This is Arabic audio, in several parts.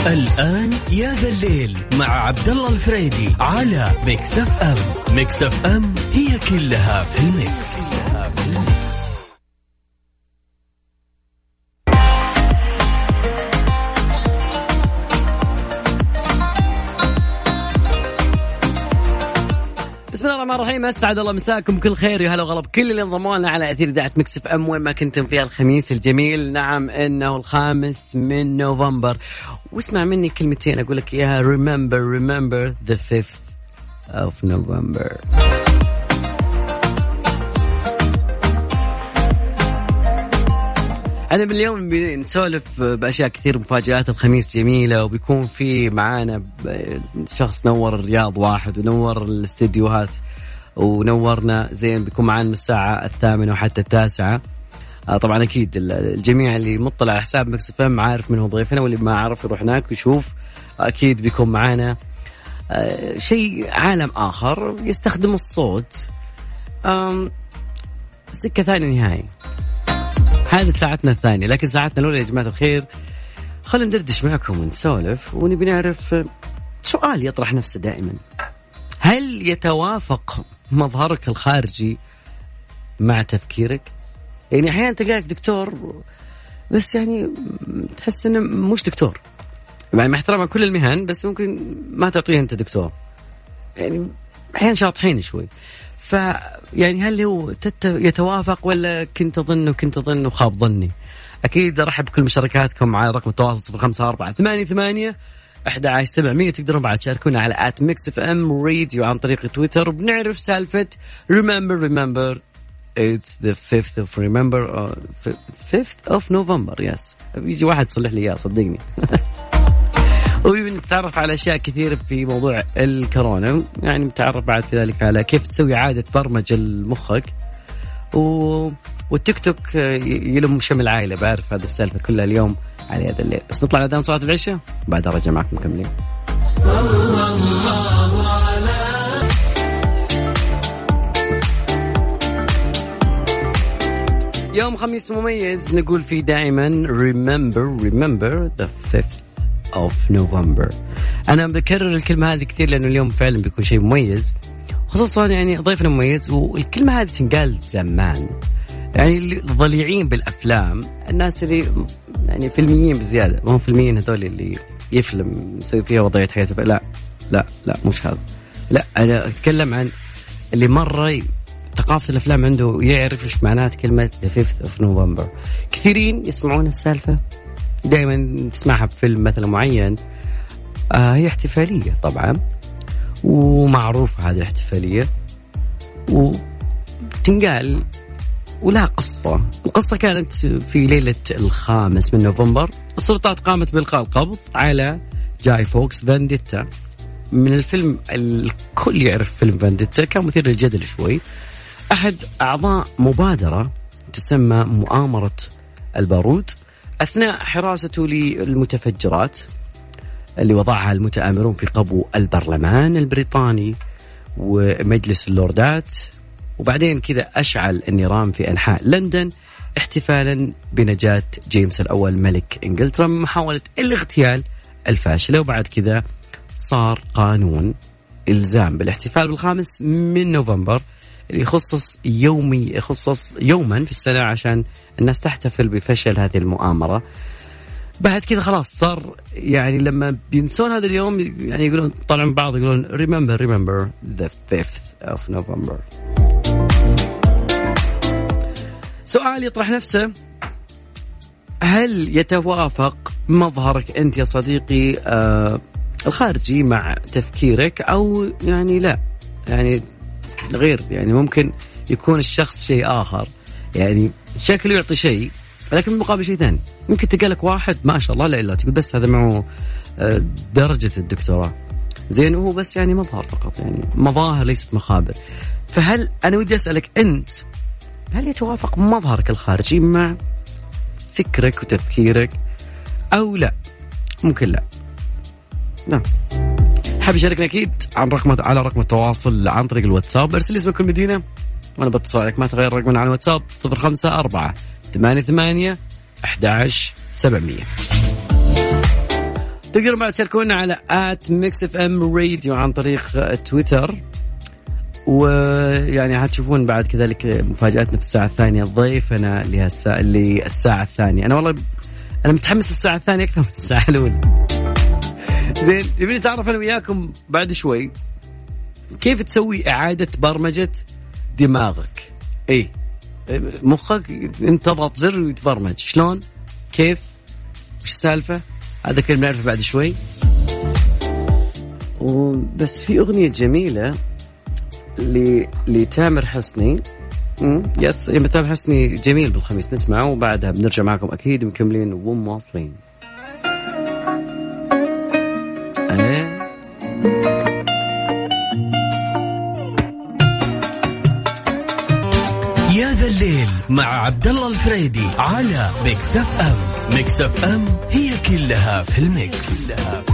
الآن يا ذا الليل مع عبد الله الفريدي على ميكس اف ام. ميكس اف ام هي كلها في الميكس. بسم الله الرحمن الرحيم. اسعد الله مساكم كل خير يا هلا وغلا بكل اللي انضموا لنا على اثير اذاعه ميكس اف ام وين ما كنتم في الخميس الجميل. نعم انه 5 نوفمبر، واسمع مني كلمتين اقول لك اياها. remember the 5th of November. أنا باليوم بنسولف بأشياء كثير، مفاجآت الخميس جميلة، وبيكون في معانا شخص نور الرياض واحد ونور الاستديوهات ونورنا زين. بيكون معانا من الساعة 8 وحتى 9. طبعا أكيد الجميع اللي مطلع على حساب ميكس اف ام عارف من هو ضيفنا، واللي ما عارف يروح هناك ويشوف. أكيد بيكون معانا شيء عالم آخر يستخدم الصوت، سكة ثانية نهائي. هذه ساعتنا الثانية، لكن ساعتنا الأولى يا جماعة الخير خلينا ندردش معكم ونسولف، ونبي نعرف سؤال يطرح نفسه دائما: هل يتوافق مظهرك الخارجي مع تفكيرك؟ يعني أحيانا تلقاك دكتور بس يعني تحس إنه مش دكتور، يعني مع احترام كل المهن، بس ممكن ما تعطيه أنت دكتور. يعني أحيانا شاطحين شوي. يعني هل هو يتوافق ولا كنت أظن وخاب ظني؟ أكيد أرحب بكل مشاركاتكم على رقم التواصل 0548811700. تقدرون بعد تشاركونا على @mixfmradio عن طريق تويتر، وبنعرف سالفة remember it's the 5th of remember 5th of November. يس يجي واحد يصلح لي إياه صدقني. ونتعرف على أشياء كثيرة في موضوع الكورونا، يعني نتعرف بعد كذلك على كيف تسوي عادة برمجة لمخك، والتيك توك يلم شمل العائلة. بعرف هذا السالفة كلها اليوم على هذا الليل. بس نطلع لأذان صلاة العشاء بعد أرجع معكم مكملين. يوم خميس مميز نقول فيه دائما remember the 5th of November. أنا بكرر الكلمة هذه كثير لأنه اليوم فعلا بيكون شيء مميز، خصوصا يعني ضيفنا مميز. والكلمة هذه تنقال زمان، يعني اللي ضليعين بالأفلام، الناس اللي يعني فيلميين بزيادة، ما هم فيلميين هذول اللي يفلم يسوي فيها وضعية حياته. لا مش هذا. لا أنا أتكلم عن اللي مرة ثقافة الأفلام عنده يعرف إيش معنات كلمة the 5th of November. كثيرين يسمعون السالفة دائما تسمعها بفيلم مثلا معين. هي احتفالية طبعا، ومعروفة هذه الاحتفالية، وتنقال ولها قصة. القصة كانت في ليلة 5 نوفمبر. السلطات قامت بإلقاء القبض على جاي فوكس فانديتا من الفيلم. الكل يعرف فيلم فانديتا، كان مثير للجدل شوي. أحد أعضاء مبادرة تسمى مؤامرة البارود، أثناء حراسته للمتفجرات اللي وضعها المتآمرون في قبو البرلمان البريطاني ومجلس اللوردات، وبعدين كذا أشعل النيران في أنحاء لندن احتفالا بنجاة جيمس الأول ملك إنجلترا من محاولة الاغتيال الفاشلة. وبعد كذا صار قانون إلزام بالاحتفال بال5 نوفمبر اللي يخصص يوما في السنة عشان الناس تحتفل بفشل هذه المؤامرة. بعد كذا خلاص صار يعني لما بينسون هذا اليوم يعني يقولون طالع من بعض يقولون remember the 5th of November. سؤال يطرح نفسه: هل يتوافق مظهرك أنت يا صديقي الخارجي مع تفكيرك، أو يعني لا، يعني غير، يعني ممكن يكون الشخص شيء آخر، يعني شكله يعطي شيء لكن بالمقابل شيء ثاني. ممكن تلقى واحد ما شاء الله لا إلا تقول بس هذا معه درجة الدكتوراه زين، وهو بس يعني مظهر فقط، يعني مظاهر ليست مخابر. فهل أنا ودي أسألك أنت، هل يتوافق مظهرك الخارجي مع فكرك وتفكيرك أو لا؟ ممكن لا. نعم. حاب يشاركنا أكيد على رقم التواصل عن طريق الواتساب. ارسل اسمك كل مدينة وأنا بتصل عليك. ما تغير رقمنا على الواتساب 0548811700. تقدروا بعد تشاركونا على @mixfmradio عن طريق تويتر. ويعني هتشوفون بعد كذلك مفاجأتنا في الساعة الثانية، ضيفنا للساعة الثانية. أنا والله أنا متحمس للساعة الثانية أكثر من الساعة الأولى. زين، يبيني تعرف أنا وياكم بعد شوي كيف تسوي إعادة برمجة دماغك. إيه، مخك أنت تضغط زر ويتبرمج، شلون؟ كيف؟ وش السالفة؟ هذا كل بنعرفه بعد شوي. وبس في أغنية جميلة لتامر حسني. يس، تامر حسني جميل بالخميس، نسمعه وبعدها بنرجع معكم أكيد مكملين ومواصلين. يا ذا الليل مع عبد الله الفريدي على ميكس اف ام. ميكس اف ام هي كلها في الميكس.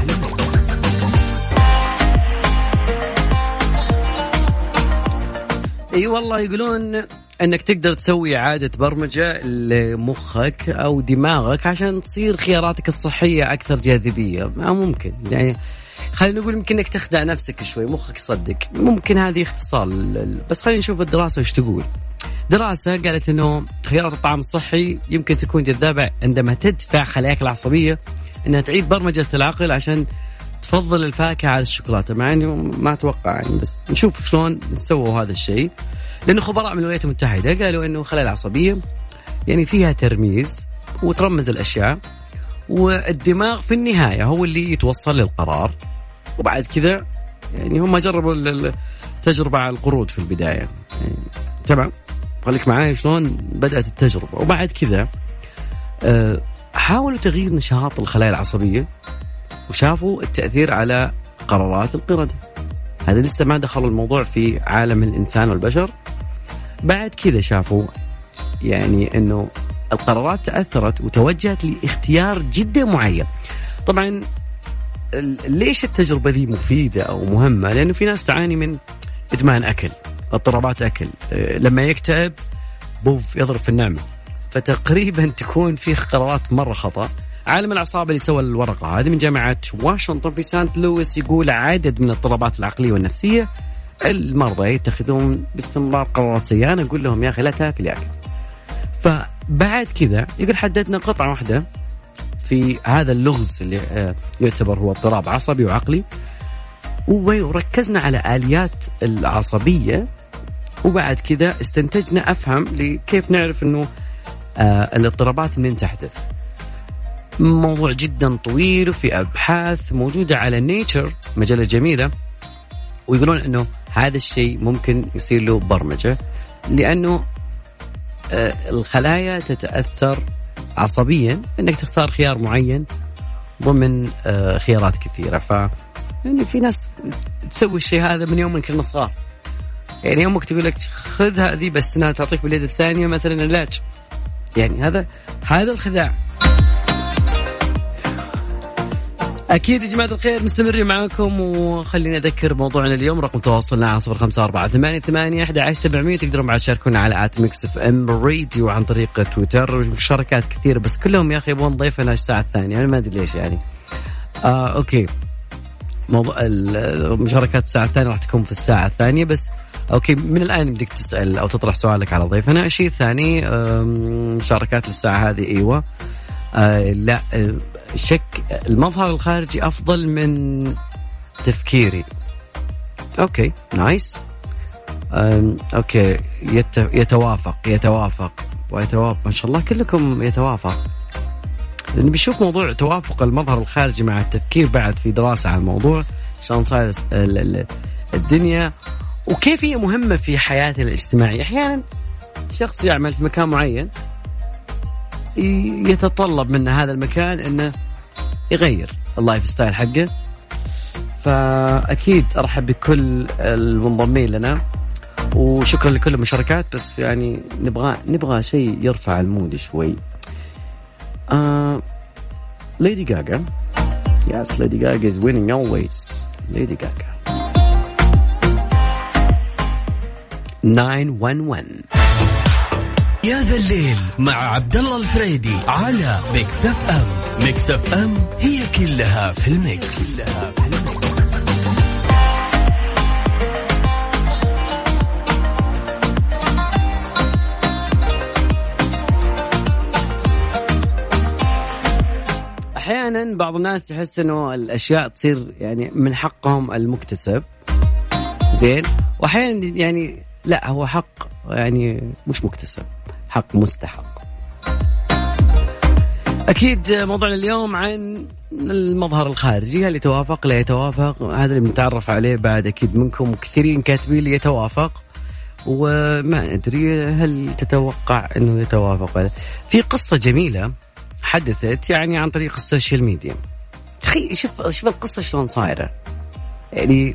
اي والله، يقولون انك تقدر تسوي اعادة برمجة لمخك او دماغك عشان تصير خياراتك الصحية اكثر جاذبية. ممكن يعني خلينا نقول يمكن انك تخدع نفسك شوي، مخك يصدق. ممكن هذه اختصار بس خلينا نشوف الدراسة وش تقول. دراسة قالت انه خيارات الطعام الصحي يمكن تكون جذابة عندما تدفع خلاياك العصبية انها تعيد برمجة العقل عشان تفضل الفاكهة على الشوكولاتة، مع انه ما اتوقع يعني، بس نشوف شلون نسووا هذا الشيء. لانه خبراء من الولايات المتحدة قالوا انه الخلايا العصبية يعني فيها ترميز وترمز الاشياء، والدماغ في النهاية هو اللي يتوصل للقرار. وبعد كذا يعني هم جربوا التجربة على القرود في البداية يعني. تمام، خليك معايا شلون بدأت التجربة. وبعد كذا حاولوا تغيير نشاط الخلايا العصبية وشافوا التأثير على قرارات القردة. هذا لسه ما دخلوا الموضوع في عالم الإنسان والبشر. بعد كذا شافوا يعني أنه القرارات تأثرت وتوجهت لاختيار جدا معين. طبعا ليش التجربة دي مفيدة أو مهمة؟ لأنه في ناس تعاني من إدمان أكل، اضطرابات أكل، لما يكتئب بوف يضرب في النعمة، فتقريبا تكون فيه قرارات مرة خطأ. عالم الأعصاب اللي سوى الورقة هذه من جامعة واشنطن في سانت لويس يقول عدد من الاضطرابات العقلية والنفسية المرضى يتخذون باستمرار قرارات سيئة. نقول لهم يا أخي لا تاكل يا أخي. فبعد كذا يقول حددنا قطعة واحدة في هذا اللغز اللي يعتبر هو اضطراب عصبي وعقلي، وركزنا على آليات العصبية. وبعد كذا استنتجنا أفهم لكيف نعرف أنه الاضطرابات منين تحدث. موضوع جدا طويل وفي أبحاث موجودة على نيتشر، مجلة جميلة، ويقولون أنه هذا الشيء ممكن يصير له برمجة، لأنه الخلايا تتأثر عصبيا أنك تختار خيار معين ضمن خيارات كثيرة. يعني في ناس تسوي الشيء هذا من يوم كنا صغار. يعني يومك تقول لك خذ هذه بس انها تعطيك باليد الثانية مثلا علاج. يعني هذا الخداع. أكيد يا جماعة الخير مستمرين معاكم، وخليني أذكر موضوعنا اليوم. رقم تواصلنا على 0548811700. تقدرون بعد تشاركونا على @mixfmradio عن طريق تويتر. مشاركات كثير بس كلهم يا أخي يبغون ضيفنا الساعة الثانية، أنا ما أدري ليش يعني. أوكي، موضوع المشاركات الساعة الثانية راح تكون في الساعة الثانية بس. أوكي، من الآن بدك تسأل أو تطرح سؤالك على ضيفنا. الشيء الثاني مشاركات للساعة هذه. أيوة، لا شك المظهر الخارجي أفضل من تفكيري. أوكي نايس. أوكي، يتوافق ما شاء الله كلكم يتوافق. لأن بيشوف موضوع توافق المظهر الخارجي مع التفكير بعد في دراسة عن الموضوع شلون صاير الدنيا وكيف هي مهمة في حياته الاجتماعية. أحيانا شخص يعمل في مكان معين يتطلب من هذا المكان أنه يغير اللايف ستايل حقه. فأكيد أرحب بكل المنضمين لنا وشكرا لكل المشاركات. بس يعني نبغى شيء يرفع المود شوي. Lady Gaga. Yes, Lady Gaga is winning always. Lady Gaga. 911. يا ذا الليل مع عبد الله الفريدي على ميكس اف ام. ميكس اف ام هي كلها في الميكس. أحيانا بعض الناس يحس إنه الأشياء تصير يعني من حقهم المكتسب زين، وأحيانا يعني لا، هو حق يعني مش مكتسب، حق مستحق. أكيد موضوعنا اليوم عن المظهر الخارجي، هل يتوافق لا يتوافق؟ هذا اللي بنتعرف عليه بعد أكيد منكم كثيرين كاتبين لي يتوافق، وما أدري هل تتوقع أنه يتوافق ولا. في قصة جميلة حدثت يعني عن طريق السوشيال ميديا. تخيل شوف القصة شلون صايرة. يعني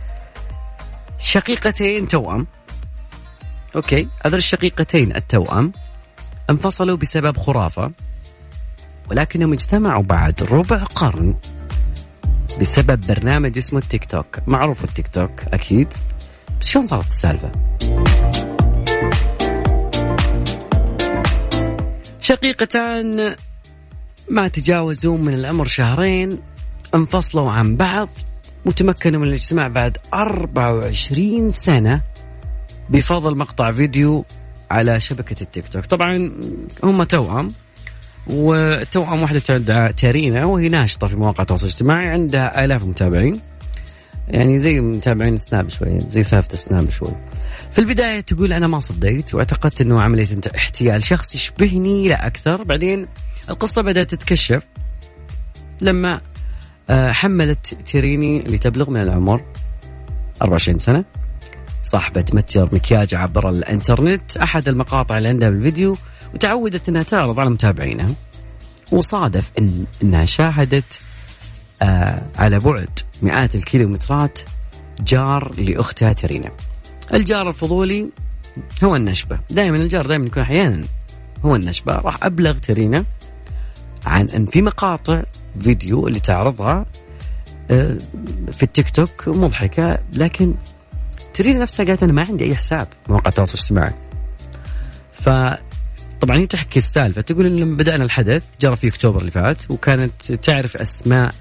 شقيقتين توأم، أوكي، هذول الشقيقتين التوأم انفصلوا بسبب خرافة، ولكنهم اجتمعوا بعد ربع قرن بسبب برنامج اسمه التيك توك. معروف التيك توك أكيد، بس شلون صارت السالفة؟ شقيقتان ما تجاوزوا من العمر شهرين انفصلوا عن بعض، وتمكنوا من الاجتماع بعد 24 سنة بفضل مقطع فيديو على شبكة التيك توك. طبعا هم توأم، والتوأم واحدة تدعى تارينا، وهي ناشطة في مواقع التواصل الاجتماعي، عندها آلاف متابعين، يعني زي متابعين سناب شوية، زي سالفة سناب شوي. في البداية تقول أنا ما صدقت واعتقدت أنه عملية احتيال شخص يشبهني لا أكثر. بعدين القصة بدأت تتكشف لما حملت تيريني اللي تبلغ من العمر 24 سنة، صاحبة متجر مكياج عبر الانترنت، أحد المقاطع اللي عندها بالفيديو، وتعودت أنها تعرض على متابعينها. وصادف أنها شاهدت على بعد مئات الكيلومترات جار لأختها تيرينا. الجار الفضولي هو النشبة، دائما الجار دائما يكون أحيانا هو النشبة. راح أبلغ تيرينا عن أن في مقاطع فيديو اللي تعرضها في التيك توك مضحكة، لكن تيرينا نفسها قالت أنا ما عندي أي حساب مواقع التواصل الاجتماعي. فطبعا هي تحكي السالفة، تقول إن لما بدأنا الحدث جرى في أكتوبر اللي فات، وكانت تعرف أسماء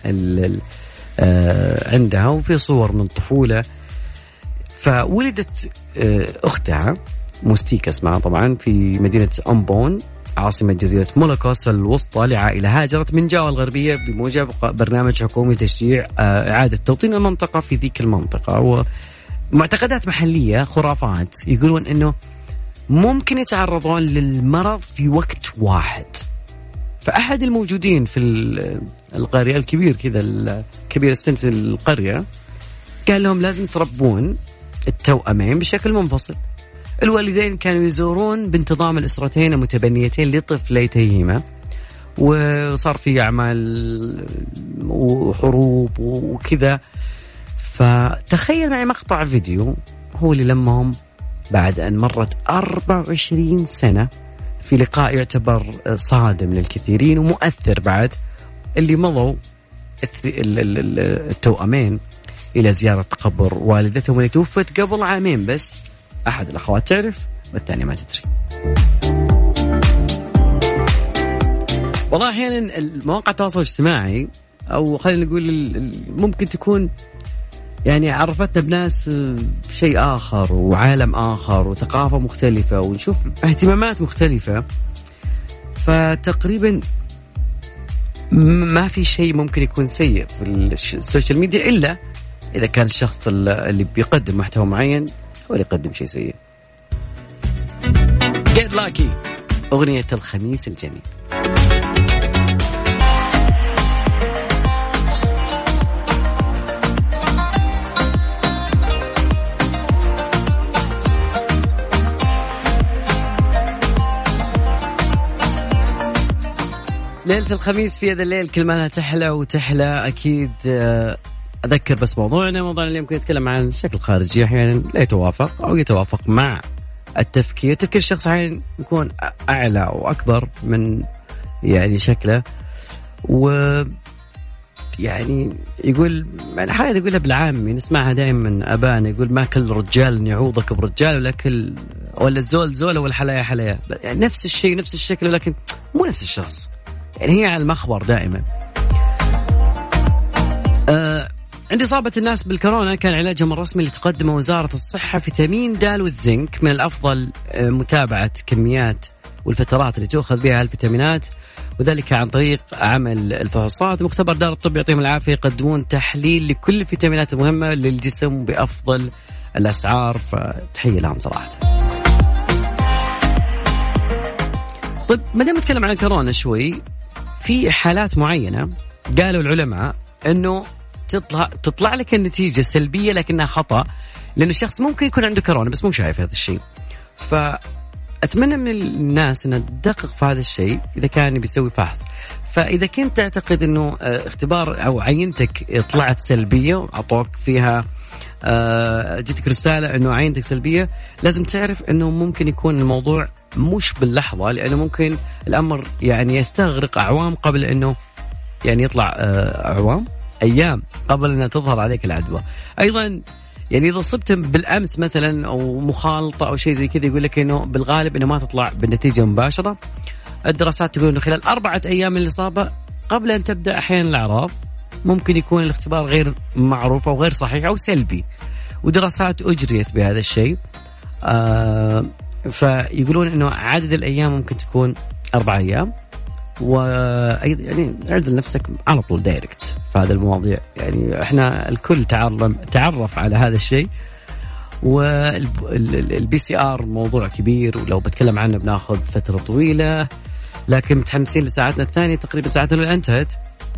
عندها وفي صور من الطفولة. فولدت أختها موستيكا اسمها طبعا في مدينة أمبون عاصمة جزيرة مولوكوس الوسطى لعائلة هاجرت من جاوا الغربية بموجب برنامج حكومي تشجيع إعادة توطين المنطقة في ذيك المنطقة. ومعتقدات محلية، خرافات، يقولون إنه ممكن يتعرضون للمرض في وقت واحد. فأحد الموجودين في القرية الكبير كذا الكبير السن في القرية قال لهم لازم تربون التوأمين بشكل منفصل. الوالدين كانوا يزورون بانتظام الأسرتين المتبنيتين لطفليتيهما، وصار في أعمال وحروب وكذا. فتخيل معي مقطع فيديو هو اللي لمهم بعد أن مرت 24 سنة في لقاء يعتبر صادم للكثيرين ومؤثر بعد، اللي مضوا التوأمين إلى زيارة قبر والدتهم اللي توفت قبل عامين بس. أحد الأخوات تعرف والثانية ما تدري. والله أحيانا المواقع التواصل الاجتماعي، أو خلينا نقول ممكن تكون يعني عرفتنا بناس شيء آخر وعالم آخر وثقافة مختلفة ونشوف اهتمامات مختلفة. فتقريبا ما في شيء ممكن يكون سيء في السوشيال ميديا إلا إذا كان الشخص اللي بيقدم محتوى معين هو اللي يقدم شيء سيء. Get Lucky، أغنية الخميس الجميل. ليلة الخميس في هذا الليل كل ما لها تحلى وتحلى. أكيد أذكر بس موضوعنا اليوم كنا نتكلم عن شكل خارجي أحيانا لا يتوافق أو يتوافق مع التفكير الشخص أحيانا يكون أعلى وأكبر من يعني شكله. و يعني يقول يعني حاجة يقولها بالعامي نسمعها دائما من أبانا، يقول ما كل رجال يعوضك برجال ولا الزول زولة والحلايا حلايا. يعني نفس الشيء نفس الشكل، ولكن مو نفس الشخص. يعني هي على المخبر دائما. عند إصابة الناس بالكورونا كان علاجهم الرسمي اللي تقدمه وزارة الصحة فيتامين د والزنك. من الأفضل متابعة كميات والفترات اللي تأخذ بها الفيتامينات، وذلك عن طريق عمل الفحوصات. مختبر دار الطب يعطيهم العافية يقدمون تحليل لكل الفيتامينات المهمة للجسم بأفضل الأسعار، فتحية لهم صراحة. طيب ما دام نتكلم عن كورونا شوي، في حالات معينة قالوا العلماء أنه تطلع لك النتيجة سلبية لكنها خطأ، لأن الشخص ممكن يكون عنده كورونا بس مو شايف هذا الشيء. فأتمنى من الناس أن تدقق في هذا الشيء إذا كان بيسوي فحص. فإذا كنت تعتقد أنه اختبار أو عينتك طلعت سلبية وعطوك فيها جتك رسالة أنه عينتك سلبية، لازم تعرف أنه ممكن يكون الموضوع مش باللحظة، لأنه ممكن الأمر يعني يستغرق أعوام قبل أنه يعني يطلع أيام قبل أن تظهر عليك العدوى. أيضا يعني إذا صبت بالأمس مثلا أو مخالطة أو شيء زي كذا، يقول لك إنه بالغالب إنه ما تطلع بالنتيجة مباشرة. الدراسات تقول إنه خلال 4 أيام من الإصابة قبل أن تبدأ أحيانا الأعراض ممكن يكون الاختبار غير معروف أو غير صحيح أو سلبي، ودراسات أجريت بهذا الشيء. فيقولون إنه عدد الأيام ممكن تكون 4 أيام، وأيضا يعني اعزل نفسك على طول دايركت في هذا المواضيع. يعني احنا الكل تعرف على هذا الشيء. والبي سي ار موضوع كبير، ولو بتكلم عنه بناخذ فترة طويلة، لكن متحمسين لساعتنا الثانية. تقريبا ساعتنا الأولى انتهت،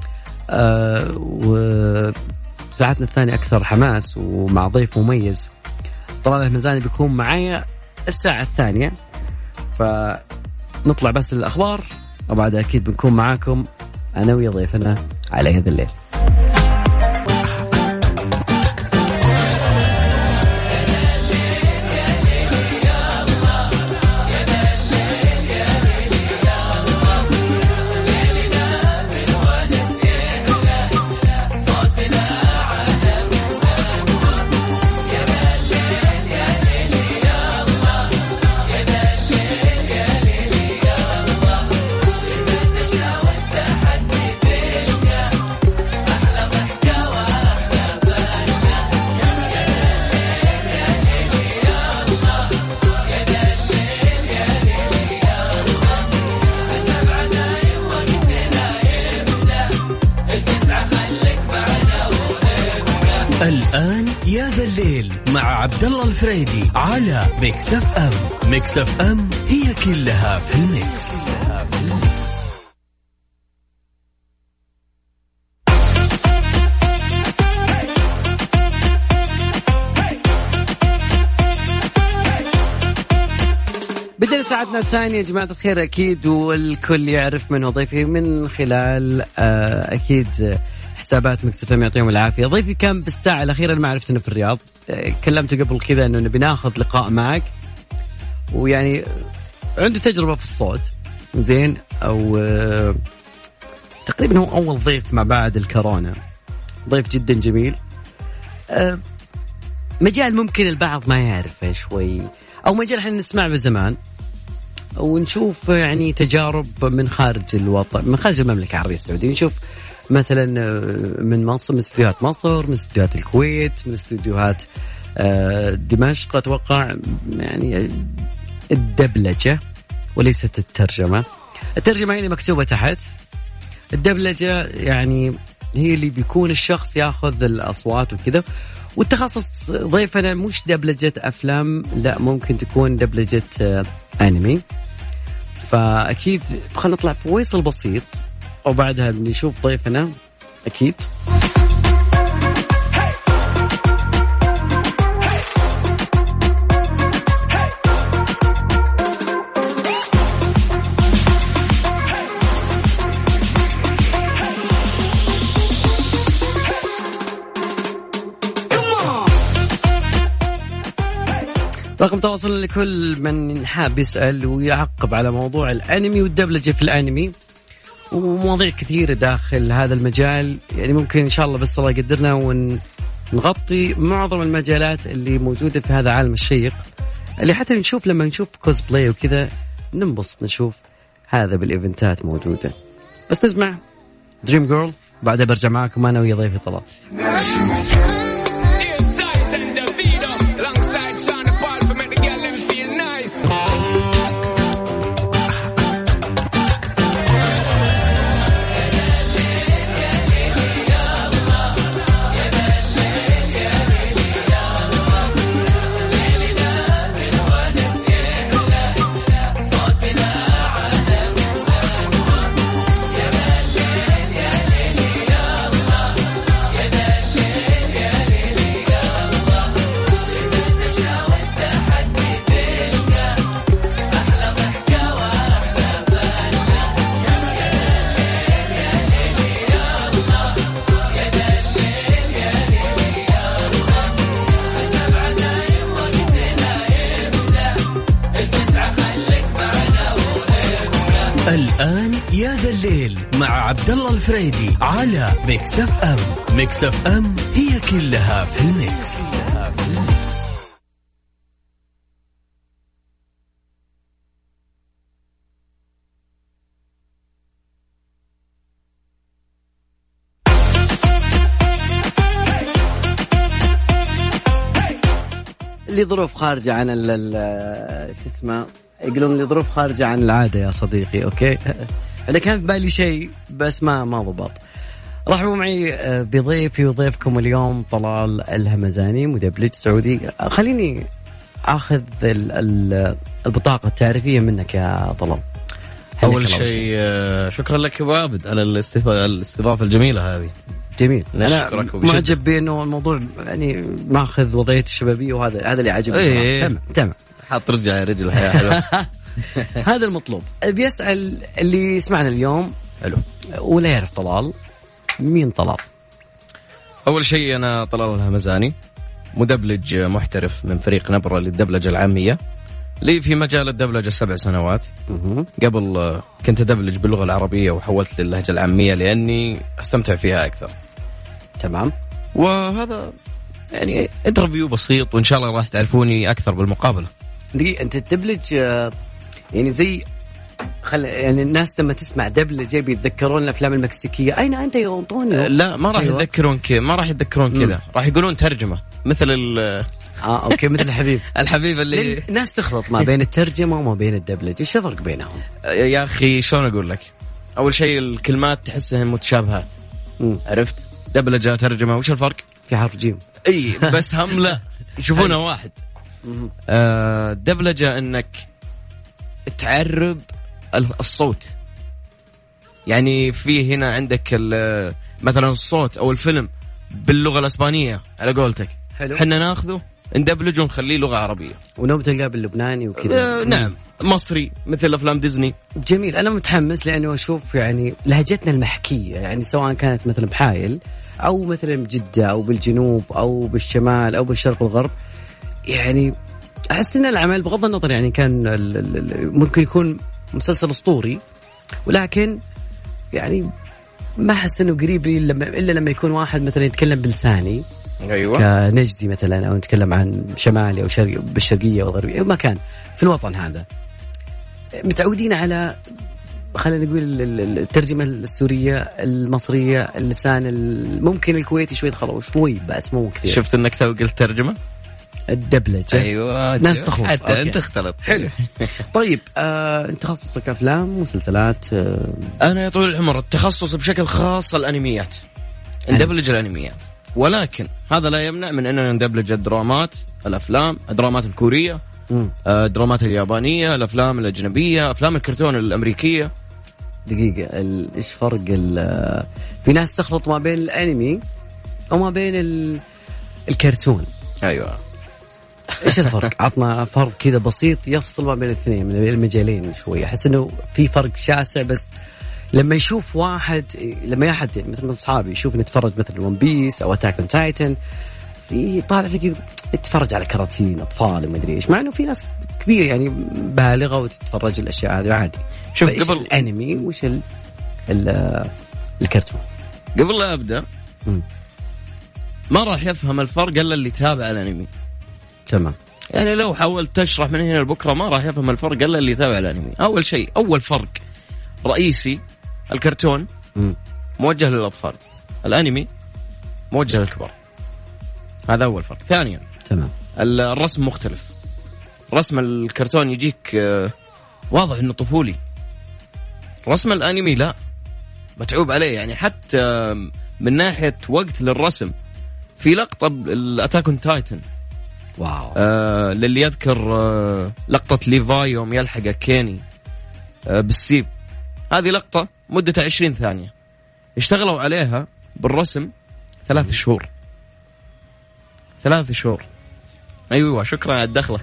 وساعتنا الثانية أكثر حماس ومع ضيف مميز. طلال المزاني بيكون معايا الساعة الثانية، فنطلع بس للأخبار وبعدها أكيد بنكون معاكم أنا ويا ضيفنا على هذا الليل. الآن يا ذا الليل مع عبد الله الفريدي على ميكس اف ام. ميكس اف ام هي كلها في الميكس. بدأ ساعتنا الثانية يا جماعة الخير أكيد، والكل يعرف من هو ضيفي من خلال أكيد حسابات ميكس اف ام يعطيهم العافية. ضيفي كان بالساعة الأخيرة ما عرفت إنه في الرياض، كلمته قبل كذا إنه نبي ناخذ لقاء معك، ويعني عنده تجربة في الصوت زين، أو تقريبا هو أول ضيف مع بعد الكورونا، ضيف جدا جميل. مجال ممكن البعض ما يعرفه شوي، أو مجال احنا نسمع بزمان ونشوف يعني تجارب من خارج الوطن، من خارج المملكة العربية السعودية. نشوف مثلا من مصر، من استديوهات مصر، من استديوهات الكويت، من استديوهات دمشق. أتوقع يعني الدبلجة وليست الترجمة. الترجمة هي اللي مكتوبة تحت، الدبلجة يعني هي اللي بيكون الشخص ياخذ الأصوات وكذا. والتخصص ضيفنا مش دبلجة أفلام، لا ممكن تكون دبلجة أنمي. فأكيد خلينا نطلع في ويصل بسيط وبعدها بنشوف ضيفنا أكيد. رقم تواصل لكل من حاب يسأل ويعقب على موضوع الأنمي والدبلجة في الأنمي ومواضيع كثيرة داخل هذا المجال. يعني ممكن إن شاء الله بس الله يقدرنا ونغطي معظم المجالات اللي موجودة في هذا العالم الشيق، اللي حتى نشوف لما نشوف كوزبلاي وكذا ننبسط، نشوف هذا بالإيفنتات موجودة. بس نسمع دريم جيرل بعدها برجع معكم أنا ويا ضيفي طلال. الآن يا ذا الليل مع عبد الله الفريدي على ميكس اف ام. ميكس اف ام هي كلها في الميكس. اللي ظروف خارجة عن شو اسمه يقولون لي ظروف خارجة عن العادة يا صديقي. أوكي أنا كان في بالي شيء بس ما ضبط. رحبوا معي بضيفي وضيفكم اليوم طلال الهمزاني مدبلج سعودي. خليني أخذ البطاقة التعريفية منك يا طلال. أول شيء شكرا لك أبو عابد على الاستضافة الجميلة هذه. جميل. أنا معجب بأنه الموضوع يعني ماخذ وضعية الشبابية وهذا اللي عجبني. تمام حاط رجع رجل الحياة حلوة. هذا المطلوب. بيسأل اللي يسمعنا اليوم حلو ولا يعرف طلال، مين طلال؟ أول شيء أنا طلال الهمزاني مدبلج محترف من فريق نبرة للدبلجة العامية لي في مجال الدبلجة 7 سنوات. قبل كنت أدبلج باللغة العربية وحولت للهجة العامية لأني أستمتع فيها أكثر. تمام. وهذا يعني انترفيو بسيط وإن شاء الله راح تعرفوني أكثر بالمقابلة. دقيقة أنت تدبلج يعني زي يعني الناس لما تسمع دبلجة بيتذكرون الأفلام المكسيكية. أين أنت يا أنطونيو؟ لا ما راح يتذكرون ما راح يتذكرون كذا، راح يقولون ترجمة مثل أوكي مثل الحبيب. الحبيب اللي الناس تخلط ما بين الترجمة وما بين الدبلجة. إيش الفرق بينهم؟ يا أخي شلون أقول لك؟ أول شيء الكلمات تحسها متشابهة. عرفت؟ دبلجة ترجمة وش الفرق؟ في حرف جيم. إيه بس هم لا يشوفونه واحد. دبلجة إنك تعرب الصوت. يعني في هنا عندك مثلا الصوت أو الفيلم باللغة الإسبانية على قولتك، حنا ناخذه ندبلجه ونخليه لغة عربية. ونوم تلقاه باللبناني وكذا. نعم مصري مثل أفلام ديزني. جميل. أنا متحمس لأنه أشوف يعني لهجتنا المحكية، يعني سواء كانت مثلا بحايل أو مثلا بجدة أو بالجنوب أو بالشمال أو بالشرق والغرب. يعني أحس إن العمل بغض النظر يعني كان ممكن يكون مسلسل أسطوري، ولكن يعني ما أحس إنه قريب لي إلا لما يكون واحد مثلا يتكلم بلساني. أيوة. كنجدي مثلا أو نتكلم عن شمالي أو بالشرقية أو الغربية أو مكان في الوطن هذا. متعودين على خلينا نقول الترجمة السورية المصرية اللسان ممكن الكويتي شوي خلوه شوي بس مو كثير. شفت إنك تو قلت ترجمة الدبلجة. أيوة ناس تخلط حتى أنت اختلط. حلو. طيب أنت تخصصك أفلام مسلسلات؟ أنا يا طويل العمر التخصص بشكل خاص الأنميات، ندبلج الأنميات، ولكن هذا لا يمنع من أننا ندبلج الدرامات، الأفلام، الدرامات الكورية، الدرامات اليابانية، الأفلام الأجنبية، أفلام الكرتون الأمريكية. دقيقة إيش فرق في ناس تخلط ما بين الأنمي وما بين الكرتون. أيوة. إيش الفرق؟ عطنا فرق كذا بسيط يفصل ما بين الاثنين من المجالين شوي. أحس إنه في فرق شاسع، بس لما يشوف واحد لما أحد مثل من أصحابي يشوف نتفرج مثل ون بيس أو أتاك أون تايتن في طالع فيك يتفرج على كراتين أطفال وما أدري إيش، مع إنه في ناس كبيرة يعني بالغة وتتفرج الأشياء هذه عادي. شوف قبل الأنمي وش الكرتون. قبل لا أبدأ ما راح يفهم الفرق إلا اللي تابع الأنمي. تمام. يعني لو حاولت تشرح من هنا لبكرة ما راح يفهم الفرق إلا اللي تابع الأنمي. أول شيء أول فرق رئيسي الكرتون موجه للأطفال، الأنمي موجه للكبار. هذا أول فرق. ثانيا تمام، الرسم مختلف. رسم الكرتون يجيك واضح إنه طفولي، رسم الأنمي لا، متعوب عليه. يعني حتى من ناحية وقت للرسم، في لقطة الأتاك أون تايتن، واو، للي يذكر لقطة ليفاي يوم يلحق كيني بالسيب، هذه لقطة مدة 20 ثانية، اشتغلوا عليها بالرسم 3 شهور. 3 شهور. أيوة شكرا على الدخلة.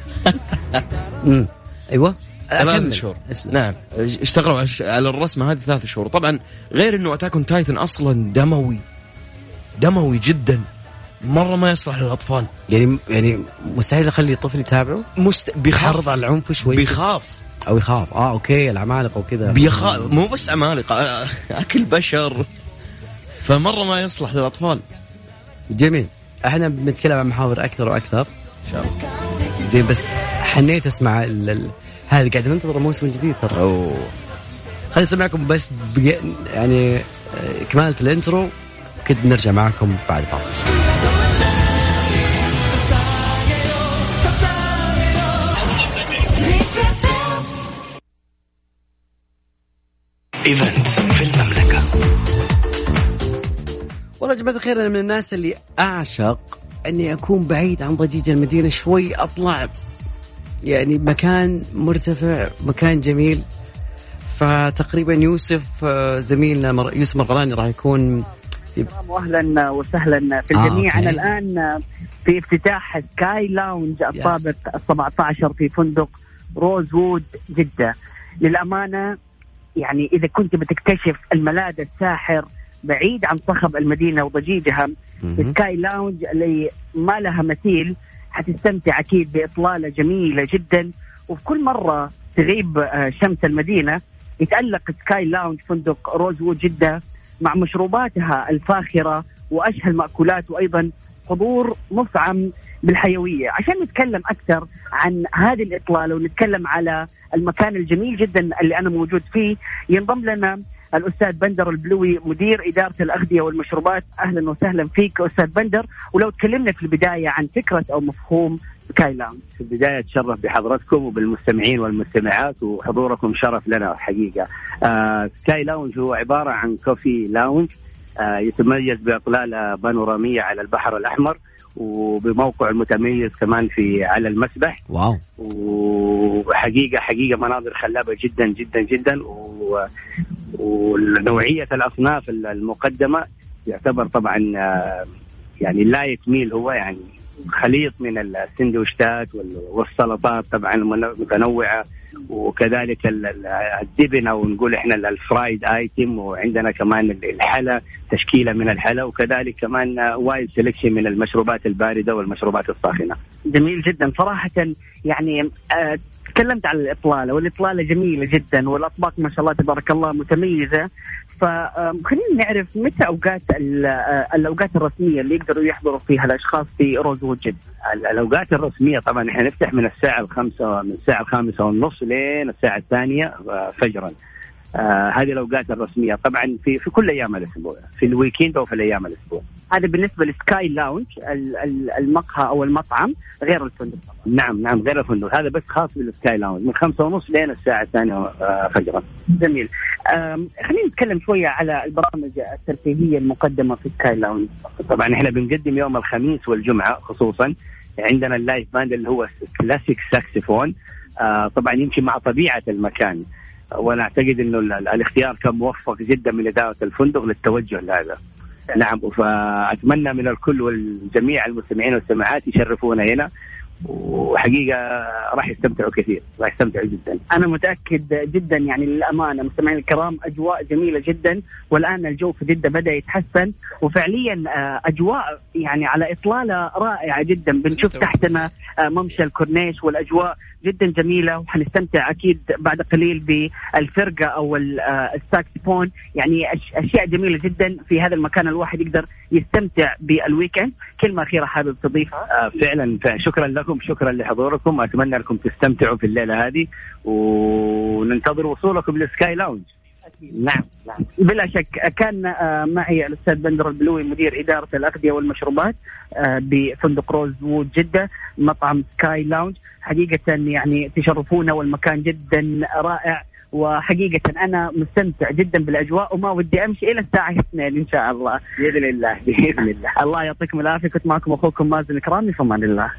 أيوة 3 شهور. نعم، اشتغلوا على الرسمة هذه 3 شهور. طبعا غير انه أتاك أون تايتن اصلا دموي جدا، مرة ما يصلح للأطفال. يعني مستحيل اخلي طفل يتابعه. بيحرض على العنف شوي، بيخاف او يخاف. اوكي، العمالقة وكذا بيخاف، مو بس عمالقة، اكل بشر، فمرة ما يصلح للأطفال. جميل. احنا بنتكلم عن محاور اكثر واكثر ان شاء الله. زين، بس حنيت اسمع هذه قاعد ننتظر موسم جديد ترى. خلينا نسمعكم بس يعني كمالة الانترو كده، نرجع معكم بعد فاصل. إيفنت في المملكة. والله يا جماعة الخير، أنا من الناس اللي أعشق أني أكون بعيد عن ضجيج المدينة شوي، أطلع يعني مكان مرتفع، مكان جميل. فتقريبا يوسف زميلنا يوسف مرغلاني راح يكون أهلا وسهلا في الجميع. أنا الآن في افتتاح سكاي لاونج الطابق 17 في فندق روزوود جدة. للأمانة يعني إذا كنت بتكتشف الملاذ الساحر بعيد عن صخب المدينة وضجيجها، سكاي لاونج اللي ما لها مثيل، حتستمتع أكيد بإطلالة جميلة جدا. وفي كل مرة تغيب شمس المدينة يتألق سكاي لاونج فندق روزوود جدة مع مشروباتها الفاخرة وأشهى المأكولات، وأيضا حضور مفعم بالحيوية. عشان نتكلم أكثر عن هذه الإطلالة ونتكلم على المكان الجميل جدا اللي أنا موجود فيه، ينضم لنا الأستاذ بندر البلوي، مدير إدارة الأغذية والمشروبات. أهلا وسهلا فيك أستاذ بندر. ولو تكلمنا في البداية عن فكرة أو مفهوم سكاي لاونج. في البداية تشرف بحضرتكم وبالمستمعين والمستمعات، وحضوركم شرف لنا حقيقة. سكاي لاونج هو عبارة عن كوفي لاونج يتميز بأطلالة بانورامية على البحر الأحمر، وبموقع المتميز كمان على المسبح. واو. وحقيقة مناظر خلابة جدا جدا جدا، ونوعية الأصناف المقدمة يعتبر طبعا يعني لا يتميل، هو يعني خليط من السندويشات والسلطات طبعا متنوعة، وكذلك الدبن أو نقول إحنا الفرايد آيتم، وعندنا كمان الحلا، تشكيلة من الحلا، وكذلك كمان وايد سيلكشن من المشروبات الباردة والمشروبات الساخنة. جميل جدا صراحة. يعني تكلمت على الإطلالة، والإطلالة جميلة جدا، والأطباق ما شاء الله تبارك الله متميزة. فخلينا نعرف متى الأوقات الرسمية اللي يقدروا يحضروا فيها الأشخاص في روزوود جدة. الأوقات الرسمية طبعا إحنا نفتح من الساعة 5، من الساعة 5:30 لين الساعة 2 فجرا. هذه الأوقات الرسمية طبعا في كل أيام الأسبوع، في الويكند أو في الأيام الأسبوع. هذا بالنسبة لسكاي لاونج، المقهى أو المطعم غير الفندق طبعا. نعم غير الفندق، هذا بس خاص بالسكاي لاونج من 5:30 لين الساعة 2 فجرا. جميل. خلينا نتكلم شوية على البرامج الترفيهية المقدمة في سكاي لاونج. طبعا إحنا بنقدم يوم الخميس والجمعة خصوصا، عندنا اللايف باند اللي هو كلاسيك ساكسفون. طبعا يمشي مع طبيعة المكان، وانا اعتقد انه الاختيار كان موفق جدا من اداره الفندق للتوجه لهذا. نعم، فاتمنى من الكل والجميع المستمعين والسماعات يشرفونا هنا، وحقيقة راح يستمتعوا كثير، راح يستمتعوا جدا. أنا متأكد جدا يعني للأمانة مستمعين الكرام، أجواء جميلة جدا، والآن الجو في جدة بدأ يتحسن، وفعليا أجواء يعني على إطلالة رائعة جدا. بنشوف تحتنا ممشى الكورنيش، والأجواء جدا جميلة، وحنستمتع أكيد بعد قليل بالفرقة أو الساكسفون. يعني أشياء جميلة جدا في هذا المكان، الواحد يقدر يستمتع بالويكند. كلمة أخيرة حابب تضيفها؟ فعلا شكرا لكم، شكرا لحضوركم، أتمنى لكم تستمتعوا في الليلة هذه، وننتظر وصولكم للسكاي لاونج. نعم بلا شك. كان معي الأستاذ بندر البلوي مدير إدارة الأغذية والمشروبات بفندق روز وود جدة، مطعم سكاي لاونج. حقيقة يعني تشرفونا والمكان جدا رائع، وحقيقة أنا مستمتع جدا بالأجواء وما ودي أمشي إلى الساعة 2 إن شاء الله. بإذن الله بإذن الله. الله يعطيكم العافية. كنت معكم أخوكم مازن إكرامي، في أمان الله.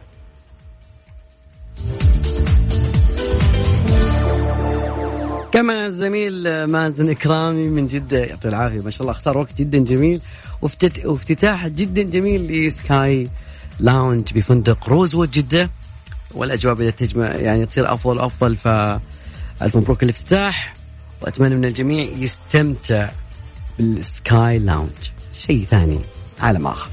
كما الزميل مازن إكرامي من جدة، يعطيه العافية ما شاء الله، اختار وقت جدا جميل وافتتاح جدا جميل لسكاي لاونج بفندق روزوود جدة، والأجواء بدأت تجمع يعني تصير أفضل وأفضل. فألف مبروك الافتتاح، وأتمنى من الجميع يستمتع بالسكاي لاونج، شيء ثاني عالم آخر.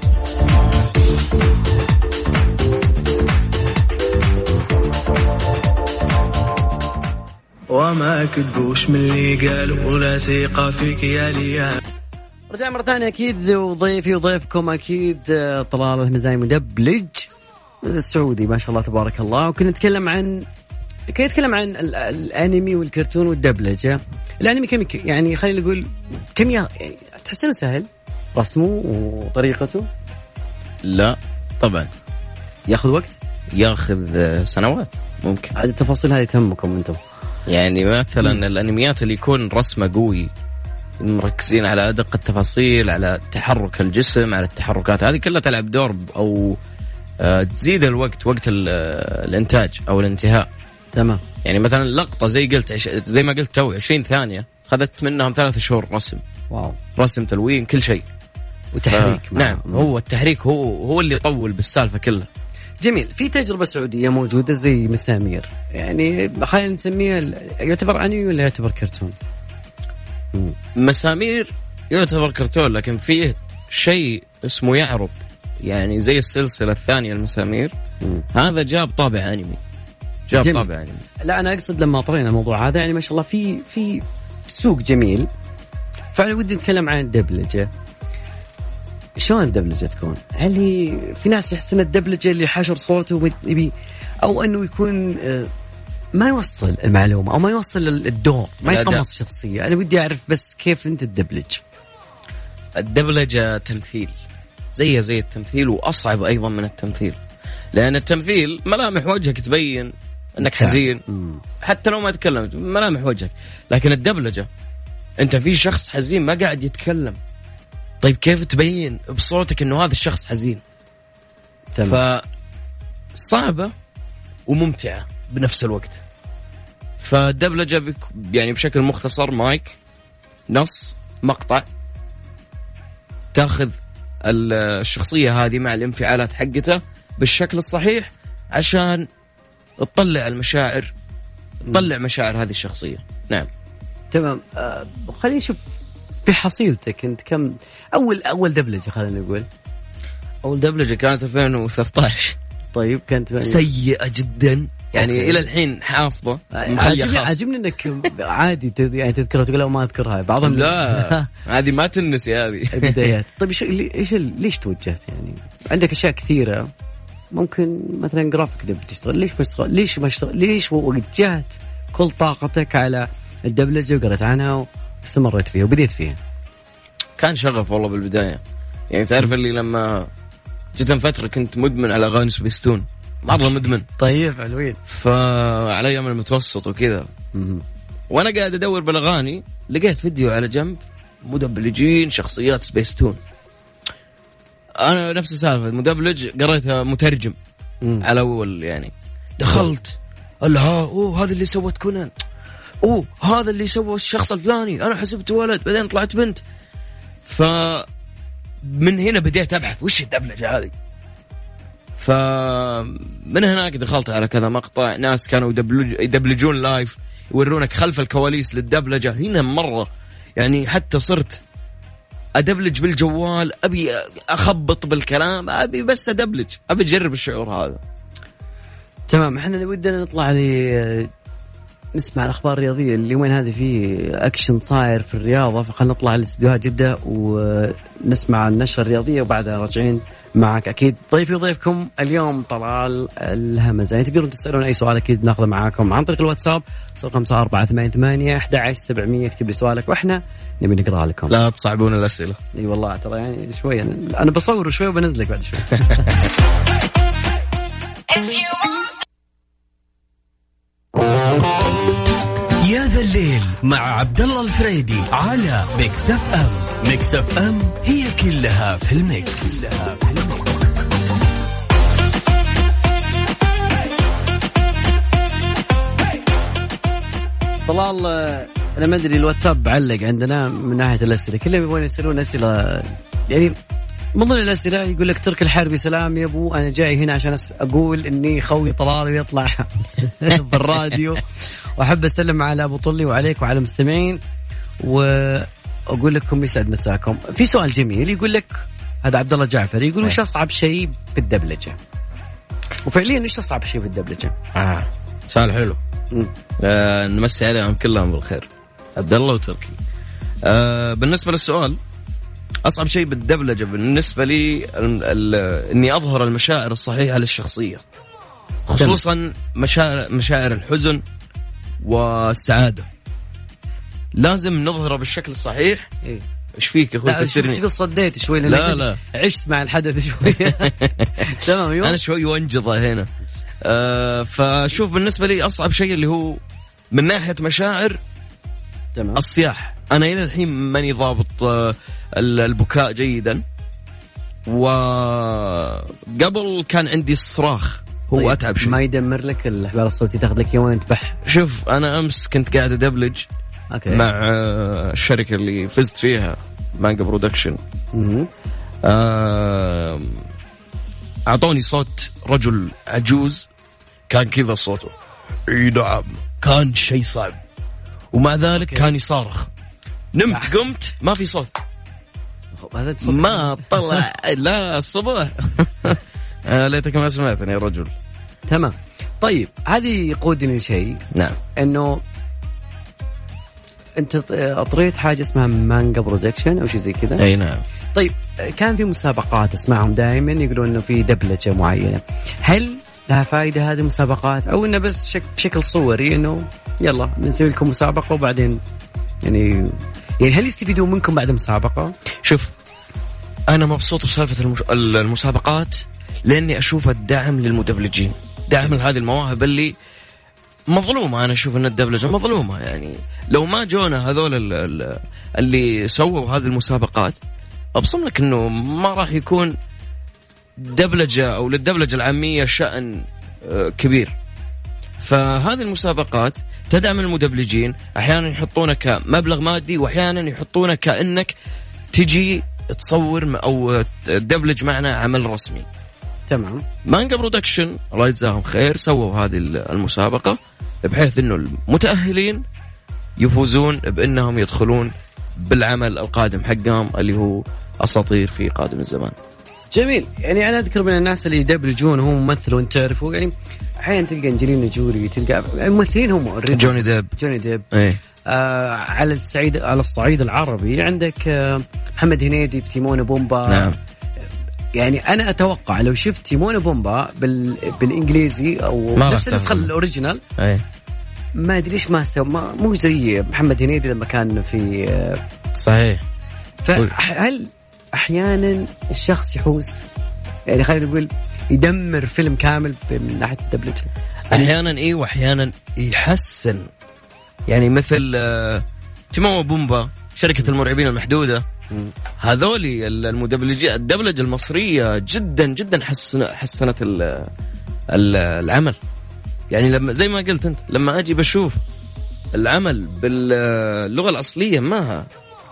وما كدوش من اللي قالوا ولا ثقة فيك يا ليال. رجع مرة ثانية أكيد وضيفي وضيفكم أكيد طلال المزاي مدبلج السعودي ما شاء الله تبارك الله. وكنا نتكلم عن الأنمي والكرتون والدبلجة. الأنمي كم يعني خلينا نقول كم يعني تحسنه سهل رسمه وطريقته؟ لا طبعا ياخذ وقت، ياخذ سنوات ممكن. هذه التفاصيل هذه تهمكم أنتم. يعني مثلا الأنميات اللي يكون رسمه قوي، مركزين على أدق التفاصيل، على تحرك الجسم، على التحركات، هذه كلها تلعب دور أو تزيد الوقت، وقت الإنتاج أو الانتهاء. تمام. يعني مثلا لقطة زي ما قلت تو 20 ثانية خذت منهم 3 شهور رسم. واو. رسم، تلوين، كل شيء، وتحريك. نعم هو التحريك هو اللي يطول بالسالفة كلها. جميل. في تجربة سعودية موجودة زي مسامير، يعني خلينا نسميها يعتبر أنمي ولا يعتبر كرتون؟ مسامير يعتبر كرتون، لكن فيه شيء اسمه يعرب، يعني زي السلسلة الثانية المسامير. هذا جاب طابع أنمي، جاب طابع أنمي. لا أنا أقصد لما طرينا الموضوع هذا، يعني ما شاء الله في سوق جميل. فأنا ودي نتكلم عن الدبلجة. شلون الدبلجة تكون؟ هل هي في ناس يحسن الدبلجة اللي حاشر صوته أو أنه يكون ما يوصل المعلومة أو ما يوصل الدور، ما يتقمص الشخصية؟ أنا ودي أعرف بس كيف أنت تدبلج. الدبلجة تمثيل، زي التمثيل، وأصعب أيضا من التمثيل، لأن التمثيل ملامح وجهك تبين أنك حزين حتى لو ما تكلمت، ملامح وجهك. لكن الدبلجة أنت في شخص حزين ما قاعد يتكلم، طيب كيف تبين بصوتك أنه هذا الشخص حزين؟ فصعبة وممتعة بنفس الوقت. فالدبلجة يعني بشكل مختصر مايك، نص، مقطع، تأخذ الشخصية هذه مع الانفعالات حقتها بالشكل الصحيح عشان تطلع المشاعر، تطلع مشاعر هذه الشخصية. نعم تمام. خلينا نشوف في حصيلتك انت كم اول دبلجة. خلينا نقول اول دبلجة كانت 2013. طيب كانت سيئة جدا يعني الى الحين حافظة. عجبني انك عادي يعني تذكرها وتقول لا ما اذكرها. بعضهم لا هذه ما تنسي هذه بدايات. طيب ليش توجهت؟ يعني عندك اشياء كثيرة، ممكن مثلا جرافيك دب تشتغل، ليش وجهت كل طاقتك على الدبلجة وقرأت عنها واستمريت فيها وبديت فيها؟ كان شغف والله بالبداية. يعني تعرف اللي لما جيت فترة كنت مدمن على أغاني سبيستون، مرة مدمن. طيب حلوين. فعلى أيام المتوسط وكذا، وأنا قاعد أدور بالأغاني لقيت فيديو على جنب مدبلجين شخصيات سبيستون. أنا نفس السالفة، مدبلج قريتها مترجم على أول، يعني دخلت هذا اللي سوت كونان، هذا اللي سوى الشخص الفلاني، أنا حسبته ولد بعدين طلعت بنت. فمن هنا بديت أبحث وش الدبلجة هذه. فمن هناك دخلت على كذا مقطع، ناس كانوا يدبلجون لايف، يورونك خلف الكواليس للدبلجة. هنا مرة يعني حتى صرت أدبلج بالجوال، أبي أخبط بالكلام، أبي بس أدبلج، أبي أجرب الشعور هذا. تمام. احنا ودنا نطلع نسمع الأخبار الرياضية. اليومين هذه في أكشن صاير في الرياضة، فخلنا نطلع لاستديوهات جدة ونسمع النشرة الرياضية وبعدها راجعين معك. أكيد ضيفي وضيفكم اليوم طلال الهمزاني. تقدرون تسألون أي سؤال أكيد ناخذه معاكم عن طريق الواتساب 0548811700. اكتب لي سؤالك وإحنا نبي نقرأ لكم. لا تصعبون الأسئلة. اي والله ترى يعني شوي أنا بصور شوي وبنزلك بعد شوي. يا ذا الليل مع عبد الله الفريدي على ميكس اف ام. ميكس اف ام هي كلها في الميكس. طلال أنا ما أدري الواتساب علق عندنا من ناحية الأسئلة، كلهم يبغون يسألون أسئلة يعني من ضمن الأسئلة يقول لك ترك الحربي سلام يا أبو، أنا جاي هنا عشان أقول إني خوي طلال ويطلع بالراديو وأحب أسلم على أبو طلي وعليك وعلى المستمعين وأقول لكم يسعد مساكم. في سؤال جميل يقول لك هذا عبد الله جعفر يقول وش أصعب شيء في الدبلجة؟ وفعليا وش أصعب شيء في الدبلجة؟ سؤال حلو. نمسي عليهم كلهم بالخير عبد الله وتركي. بالنسبة للسؤال أصعب شيء بالدبلجة بالنسبة لي إني أظهر المشاعر الصحيحة للشخصية، خصوصا مشاعر الحزن والسعادة. لازم نظهره بالشكل الصحيح. إيش فيك يا أخوي تفكرني؟ لا صديت شوي لا عشت مع الحدث شوي. تمام يوم. أنا شوي وانجضة هنا. فشوف بالنسبة لي أصعب شيء اللي هو من ناحية مشاعر. تمام. الصياح أنا إلى الحين ماني ضابط البكاء جيدا، وقبل كان عندي الصراخ هو طيب أتعب شيء. ما يدمر لك الحبال الصوتي تاخذ لك يومين تبح؟ شوف أنا أمس كنت قاعد أدبلج مع الشركة اللي فزت فيها مانجا برودكشن. أعطوني صوت رجل عجوز كان كذا صوته اي نعم، كان شيء صعب، ومع ذلك كان يصارخ. نمت قمت ما في صوت، ما طلع لا الصبح. ليتك ما سمعتني يا رجل. تمام. طيب هذه يقودني شيء. نعم. انه انت اطريت حاجه اسمها مانجا برودكشن او شيء زي كذا. اي نعم. طيب كان في مسابقات اسمعهم دائما يقولون انه في دبلجه معينه، هل لها فائده هذه المسابقات او انه بس بشكل صوري انه يلا نسوي لكم مسابقه وبعدين يعني هل يستفيدون منكم بعد مسابقه؟ شوف انا مبسوط بسالفه المسابقات لاني اشوف الدعم للمدبلجين، دعم لهذه المواهب اللي مظلومه. انا اشوف ان الدبلجه مظلومه، يعني لو ما جونا هذول اللي سووا هذه المسابقات ابصم لك انه ما راح يكون دبلجه او للدبلجه العاميه شأن كبير. فهذه المسابقات تدعم المدبلجين، احيانا يحطونك مبلغ مادي واحيانا يحطونك كأنك تجي تصور او تدبلج معنا عمل رسمي. تمام. مانجا برودكشن الله يجزاهم خير سووا هذه المسابقة بحيث انه المتأهلين يفوزون بانهم يدخلون بالعمل القادم حقهم اللي هو اساطير في قادم الزمان. جميل. يعني انا اذكر من الناس اللي يدبلجون هم ممثلوا انت تعرفوا، يعني احيانا تلقى انجلينا جولي، تلقى الممثلين هم جوني ديب ايه. على الصعيد العربي عندك محمد هنيدي في تيمون وبومبا. نعم. يعني أنا أتوقع لو شفت تيمون وبومبا بالإنجليزي أو نفس النسخة الأوريجينال ما أدري ليش ما استوى، مو زي محمد هنيدي لما كان في صحيح. فهل أحيانا الشخص يحوس، يعني خلينا نقول يدمر فيلم كامل من ناحية الدبلجة؟ أحيانا إيه وأحيانا يحسن، يعني مثل تيمون وبومبا شركة المرعبين المحدودة، هذولي المدبلجين الدبلجة المصرية جدا جدا حسنت العمل. يعني لما زي ما قلت انت لما اجي بشوف العمل باللغة الأصلية ما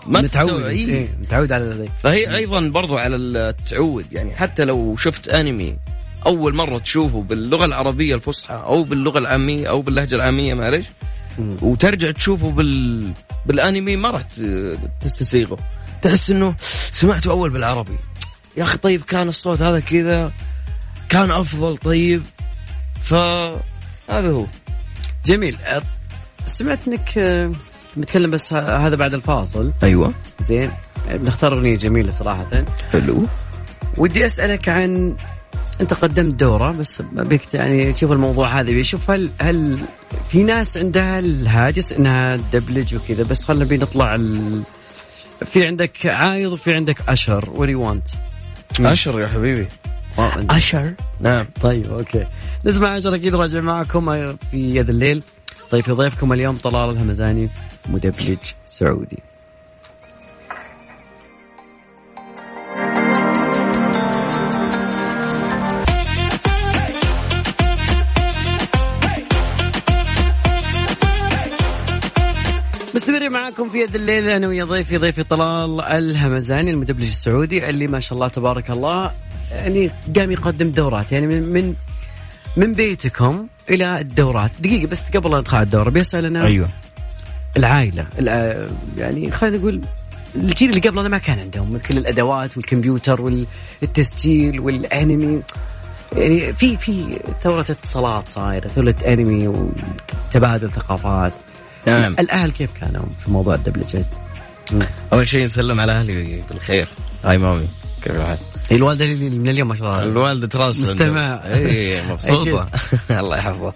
متعود على ذلك. فهي ايضا برضو على التعود، يعني حتى لو شفت انمي اول مرة تشوفه باللغة العربية الفصحى او باللغة العامية او باللهجة العامية معليش وترجع تشوفه بالانمي ما راح تستسيغه، تحس انه سمعته اول بالعربي يا اخي طيب كان الصوت هذا كذا كان افضل. طيب فهذا هو. جميل. سمعت انك بتكلم بس هذا بعد الفاصل. ايوه زين، بنختار اغنيه جميله صراحه. حلو. ودي اسالك عن، انت قدمت دوره بس بيك يعني تشوف الموضوع هذا بيشوف هل في ناس عندها الهاجس انها تدبلج وكذا، بس خلنا بنطلع في عندك عايض وفي عندك أشر. what do you want؟ أشر يا حبيبي. أشر. نعم. طيب أوكي، نسمع أشر. أكيد راجع معكم في يد الليل. طيب، في ضيفكم اليوم طلال الهمزاني، مدبلج سعودي. مستمر معاكم في يد الليل أنا ويا ضيفي طلال الهمزاني، المدبلج السعودي اللي ما شاء الله تبارك الله يعني قام يقدم دورات، يعني من بيتكم إلى الدورات. دقيقة بس قبل لا ندخل الدورة بيسألنا. أيوة. العائلة يعني خلينا نقول الجيل اللي قبلنا ما كان عندهم كل الأدوات والكمبيوتر والتسجيل والأنمي، يعني في ثورة اتصالات صايرة، ثورة أنمي وتبادل ثقافات. نعم. الأهل كيف كانوا في موضوع الدبلجة؟ أول شيء نسلم على أهلي بالخير. هاي مامي، كيف الحال؟ هي الوالدة اللي من اليوم ما شاء الله. الوالدة تراس مستمع. إيه مبسوطة. الله يحفظه.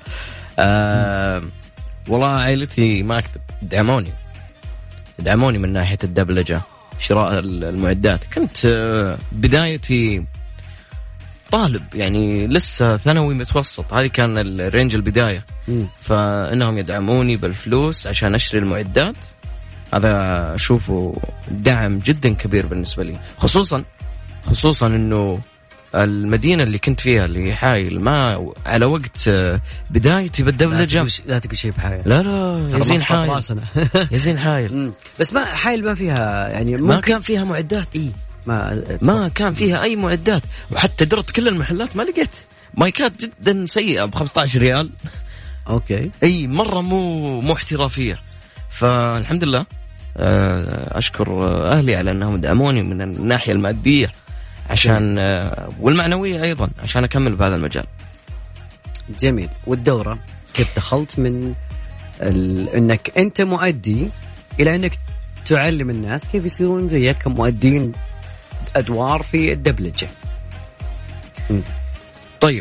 والله عائلتي ما أكتب دعموني من ناحية الدبلجة، شراء المعدات. كنت بدايتي طالب يعني لسه ثانوي متوسط، هذه كان الرينج البداية. فإنهم يدعموني بالفلوس عشان أشتري المعدات. هذا أشوفه دعم جدا كبير بالنسبة لي، خصوصا إنه المدينة اللي كنت فيها اللي حايل ما على وقت بدايتي بالدبلجة. لا تقول شيء بحايل. لا يزين حايل. يزين حايل. بس ما حايل ما فيها يعني ما كان فيها معدات. ما كان فيها أي معدات، وحتى درت كل المحلات ما لقيت مايكات جدا سيئة ب15 ريال. أوكي. أي مرة مو احترافية. فالحمد لله أشكر أهلي على أنهم دعموني من الناحية المادية عشان والمعنوية أيضا عشان أكمل بهذا المجال. جميل. والدورة كيف دخلت من أنك أنت مؤدي إلى أنك تعلم الناس كيف يصيرون زيك كمؤدين أدوار في الدبلجة؟ طيب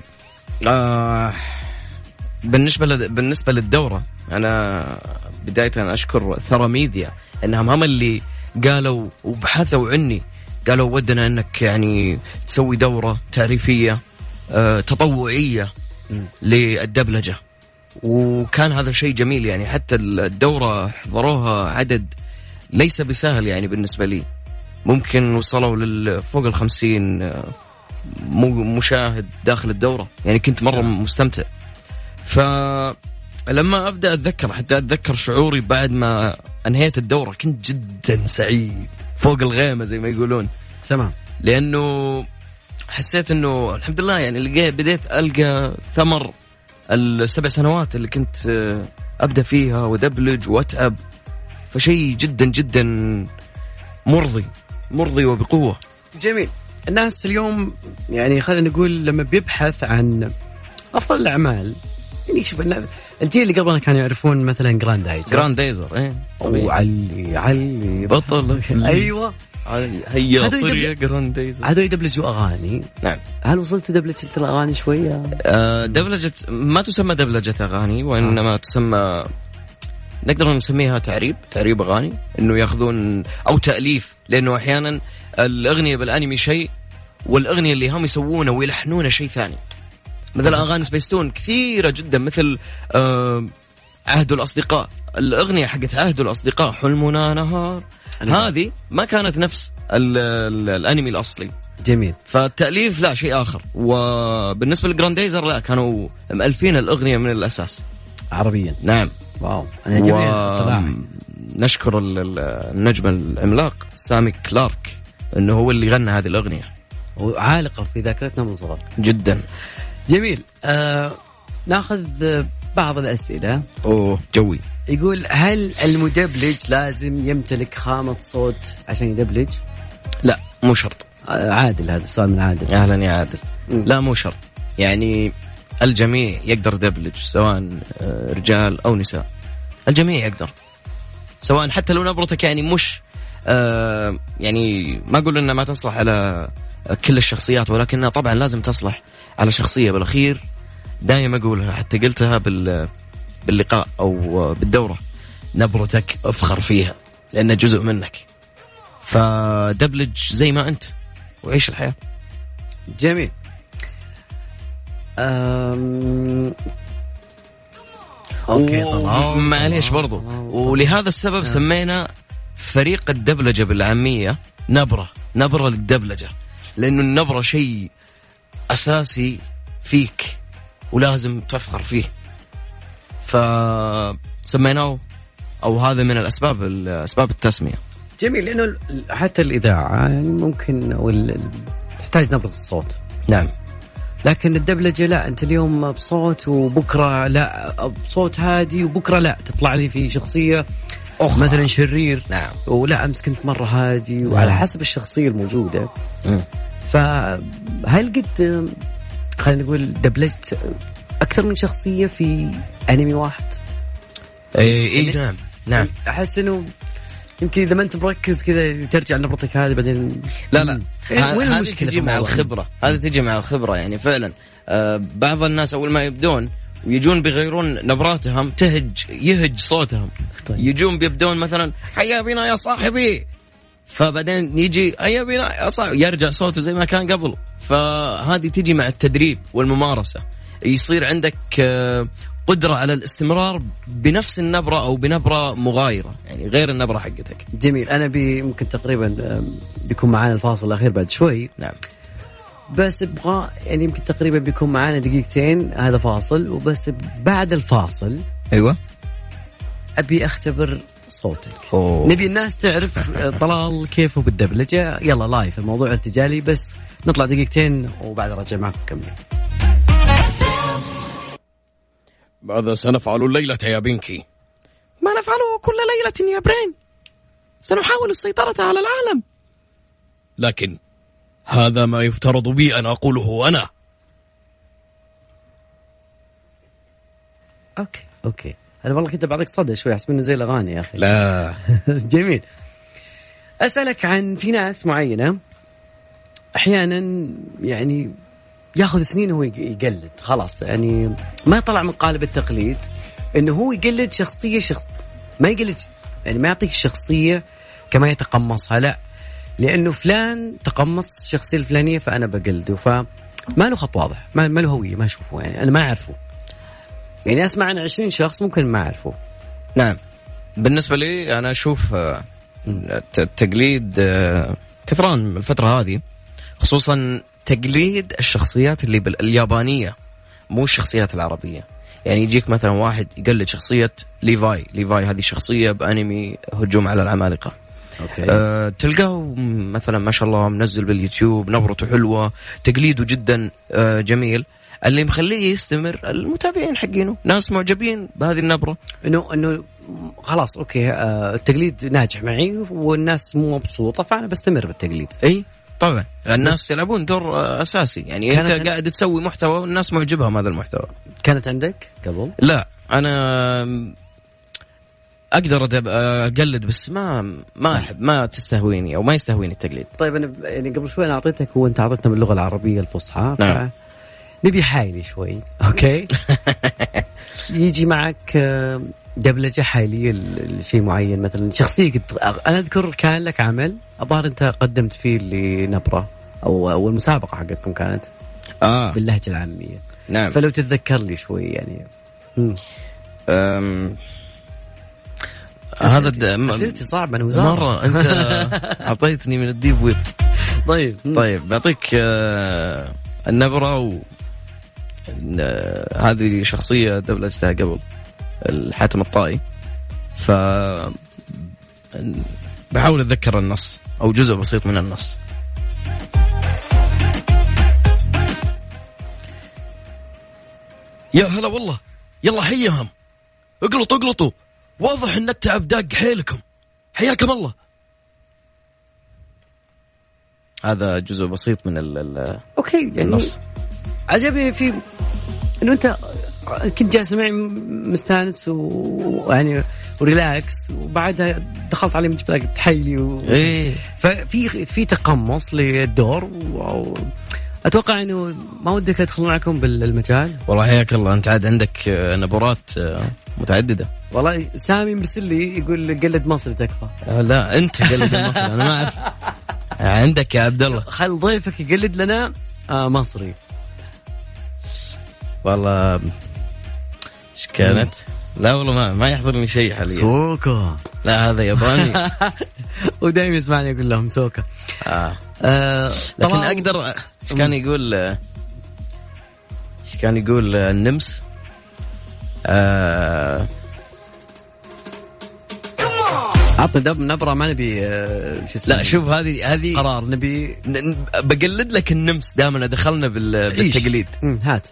بالنسبة للدورة، أنا بداية أشكر ثرى ميديا أنهم هم اللي قالوا وبحثوا عني، قالوا ودنا أنك يعني تسوي دورة تعريفية تطوعية للدبلجة. وكان هذا شيء جميل، يعني حتى الدورة حضروها عدد ليس بسهل يعني بالنسبة لي، ممكن وصلوا فوق 50 مشاهد داخل الدورة، يعني كنت مرة مستمتع. فلما أبدأ أتذكر شعوري بعد ما أنهيت الدورة، كنت جدا سعيد فوق الغيمة زي ما يقولون. تمام. لأنه حسيت أنه الحمد لله يعني بديت ألقى ثمر ال7 سنوات اللي كنت أبدأ فيها ودبلج وأتعب. فشيء جدا جدا مرضي وبقوة. جميل. الناس اليوم يعني خلينا نقول لما بيبحث عن أفضل الأعمال، يعني شوف الجيل اللي قبلنا كانوا يعرفون مثلا جراندايزر إيه وعلي بطل. أيوة هيا طريق جراندايزر. هذول يدبلجوا أغاني. نعم. هل وصلت دبلجة الأغاني شوية؟ دبلجة ما تسمى دبلجة أغاني، وإنما تسمى نقدر نسميها تعريب أغاني، إنه يأخذون أو تأليف، لأنه أحيانا الأغنية بالأنمي شيء والأغنية اللي هم يسوونه ويلحنونه شيء ثاني. مثل أغاني سبيستون كثيرة جدا، مثل عهد الأصدقاء، الأغنية حقت عهد الأصدقاء حلمنا نهار، هذه ما كانت نفس الأنمي الأصلي. جميل. فالتأليف لا شيء آخر. وبالنسبة للجراندايزر لا، كانوا مألفين الأغنية من الأساس عربيا. نعم. واو. أنا جميل. نشكر النجم العملاق سامي كلارك أنه هو اللي غنى هذه الأغنية، وعالقة في ذاكرتنا من صغر جدا. جميل. ناخذ بعض الأسئلة. جوي. يقول هل المدبلج لازم يمتلك خامة صوت عشان يدبلج؟ لا مو شرط. عادل، هذا السؤال من عادل. أهلا يا عادل. لا مو شرط، يعني الجميع يقدر يدبلج سواء رجال أو نساء. الجميع يقدر، سواء حتى لو نبرتك يعني مش يعني ما أقول إنها ما تصلح على كل الشخصيات، ولكنها طبعا لازم تصلح على شخصية. بالأخير دائما أقولها، حتى قلتها باللقاء أو بالدورة، نبرتك أفخر فيها لأنها جزء منك، فدبلج زي ما أنت وعيش الحياة. جميل. أوكي معليش برضو، ولهذا السبب سمينا فريق الدبلجة بالعامية نبرة للدبلجة، لأنه النبرة شيء أساسي فيك ولازم تفخر فيه، فسميناه أو هذا من أسباب التسمية. جميل، لأنه حتى الإذاعة يعني ممكن تحتاج نبرة الصوت. نعم. لكن الدبلجة لا، أنت اليوم بصوت وبكرة لا بصوت هادي، وبكرة لا تطلع لي في شخصية مثلا شرير. نعم. ولا أمس كنت مرة هادي. وعلى حسب الشخصية الموجودة. فهل قد خلينا نقول دبلجت أكثر من شخصية في أنمي واحد؟ إيه نعم. أحس إنه يمكن إذا ما أنت مركز كذا ترجع نبرتك هذه بعدين. لا وين المشكلة؟ تجي مع الخبرة. هذا تجي مع الخبرة يعني فعلا. بعض الناس أول ما يبدون ويجون بيغيرون نبراتهم يهج صوتهم. طيب. يجون بيبدون مثلا حيا بنا يا صاحبي، فبعدين يجي حيا بنا يا صاحبي يرجع صوته زي ما كان قبل. فهذه تجي مع التدريب والممارسة، يصير عندك قدرة على الاستمرار بنفس النبرة أو بنبرة مغايرة، يعني غير النبرة حقتك. جميل. أنا ممكن تقريبا بيكون معانا الفاصل الأخير بعد شوي. نعم. بس ابغى يعني يمكن تقريبا بيكون معانا دقيقتين، هذا فاصل وبس. بعد الفاصل أيوة أبي أختبر صوتك. نبي الناس تعرف طلال كيفه بالدبلجة. يلا لايف، الموضوع ارتجالي، بس نطلع دقيقتين وبعد رجع معكم كمل. ماذا سنفعل الليلة يا بينكي؟ ما نفعله كل ليلة يا برين، سنحاول السيطرة على العالم. لكن هذا ما يفترض بي أن أقوله أنا. أوكي أنا والله كنت بعطيك صدى شوي، أحس منه زي الأغاني يا أخي. لا. جميل. أسألك عن في ناس معينة أحيانا يعني ياخذ سنين هو يقلد، خلاص يعني ما طلع من قالب التقليد، إنه هو يقلد شخصية ما يقلد، يعني ما يعطيك الشخصية كما يتقمصها، لا، لأنه فلان تقمص الشخصية الفلانية فأنا بقلده. فما له خط واضح، ما له هوية، ما أشوفه، يعني أنا ما أعرفه. يعني أسمع عن 20 شخص ممكن ما أعرفه. نعم. بالنسبة لي أنا أشوف التقليد كثران الفترة هذه، خصوصا تقليد الشخصيات اللي اليابانية، مو الشخصيات العربية. يعني يجيك مثلا واحد يقلد شخصية ليفاي هذه شخصية بأنمي هجوم على العمالقة. تلقاه مثلا ما شاء الله منزل باليوتيوب، نبرته حلوة، تقليده جدا جميل. اللي مخليه يستمر المتابعين حقينه، ناس معجبين بهذه النبرة، انه خلاص اوكي التقليد ناجح معي والناس مو مبسوطة فأنا بستمر بالتقليد. اي طبعا الناس يلعبون دور أساسي، يعني أنت قاعد تسوي محتوى والناس معجبهم هذا المحتوى. كانت عندك قبل؟ لا أنا أقدر أقلد بس ما أحب، ما تستهويني أو ما يستهويني التقليد. طيب أنا يعني قبل شوي أنا أعطيتك وأنت أعطيتنا باللغة العربية الفصحى. نعم. نبي حايلي شوي أوكي. يجي معك دبلجة حالية لشيء معين، مثلا شخصية أنا أذكر كان لك عمل أظهر أنت قدمت فيه لنبرة أو المسابقة حقتكم كانت باللهجة العامية. نعم. فلو تتذكر لي شوي يعني. هذا أسئلتي صعبة أنا وزارة مرة. أنت أعطيتني من الديب ويب. طيب بعطيك النبرة هذه شخصية دبلجتها قبل، الحاتم الطائي، بحاول أتذكر النص أو جزء بسيط من النص. يا هلا والله، يلا حيهم، اقلطوا، واضح ان التعب داق حيلكم، حياكم الله. هذا جزء بسيط من اوكي يعني النص. عجبني في انه انت كنت جالس معي مستانس ويعني وريلاكس، وبعدها دخلت عليه من جبت تحيلي ففي تقمص للدور، اتوقع انه ما ودك ادخل معكم بالمجال. والله حياك الله، انت عاد عندك نبرات متعدده. والله سامي مرسل لي يقول قلد مصري تكفى. لا انت قلد المصري، انا ما اعرف. عندك يا عبد الله، خل ضيفك يقلد لنا مصري. والله ايش كانت؟ لا والله ما يحضرني شيء حاليا. سوكا. لا هذا ياباني. ودايما يسمعني يقول لهم سوكا. لكن اقدر. ايش كان يقول؟ ايش كان يقول النمس؟ عطني دب نبرة، ما نبي لا شوف هذه قرار نبي. بقلد لك النمس، دائما دخلنا بالتقليد. هات.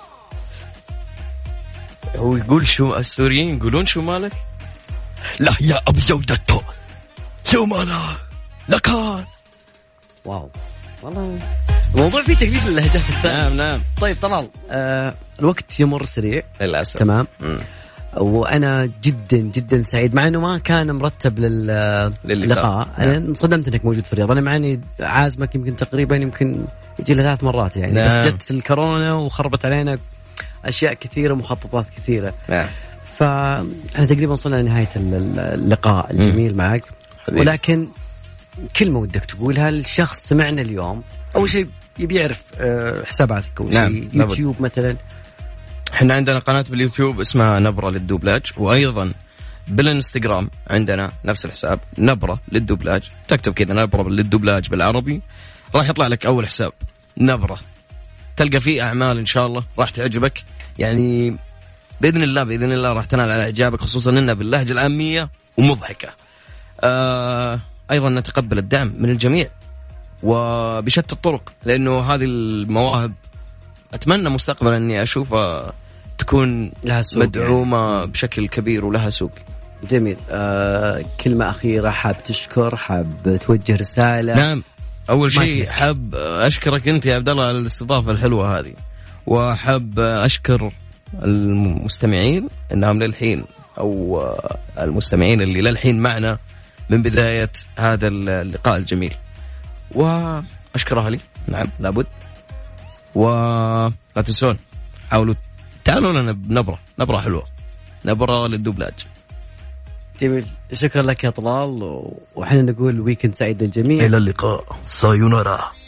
هو يقول شو السوريين يقولون شو مالك؟ لا يا أبيضتو شو مالك لكان. واو والله الموضوع فيه تقليد اللهجات الثانية. نعم. طيب طلال، الوقت يمر سريع للأسف. تمام. وأنا جدا جدا سعيد، مع أنه ما كان مرتب للقاء. أنا انصدمت أنك موجود في الرياض. أنا معني عازمك يمكن تقريبا يمكن يجي له 3 مرات يعني. نعم. بس جت الكورونا وخربت علينا أشياء كثيرة ومخططات كثيرة. نعم. فأنا تقريبا وصلنا لنهاية اللقاء الجميل معك. ولكن كلمة ودك تقولها للشخص سمعنا اليوم، أول شيء يبي يعرف حساباتك أو شيء يوتيوب مثلا. احنا عندنا قناة باليوتيوب اسمها نبرة للدوبلاج، وأيضا بالانستغرام عندنا نفس الحساب نبرة للدوبلاج. تكتب كذا نبرة للدوبلاج بالعربي راح يطلع لك أول حساب نبرة، تلقى فيه أعمال إن شاء الله راح تعجبك يعني بإذن الله راح تنال على إعجابك، خصوصا إنها باللهجة العامية ومضحكة. أيضا نتقبل الدعم من الجميع وبشتى الطرق، لأنه هذه المواهب أتمنى مستقبلا أني أشوفها تكون مدعومة يعني بشكل كبير ولها سوق. جميل. كلمة أخيرة، حاب تشكر، حاب توجه رسالة؟ نعم، أول شيء حاب أشكرك أنت يا عبد الله على الاستضافة الحلوة هذه، وحاب أشكر المستمعين إنهم للحين أو المستمعين اللي للحين معنا من بداية هذا اللقاء الجميل، وأشكر أهلي. نعم لابد. ولا تنسون حاولوا تعالوا لنا بنبرة حلوة، نبرة للدوبلاج. جميل، شكرا لك يا طلال، وحنا نقول ويكند سعيد للجميع. إلى اللقاء، سايونارا.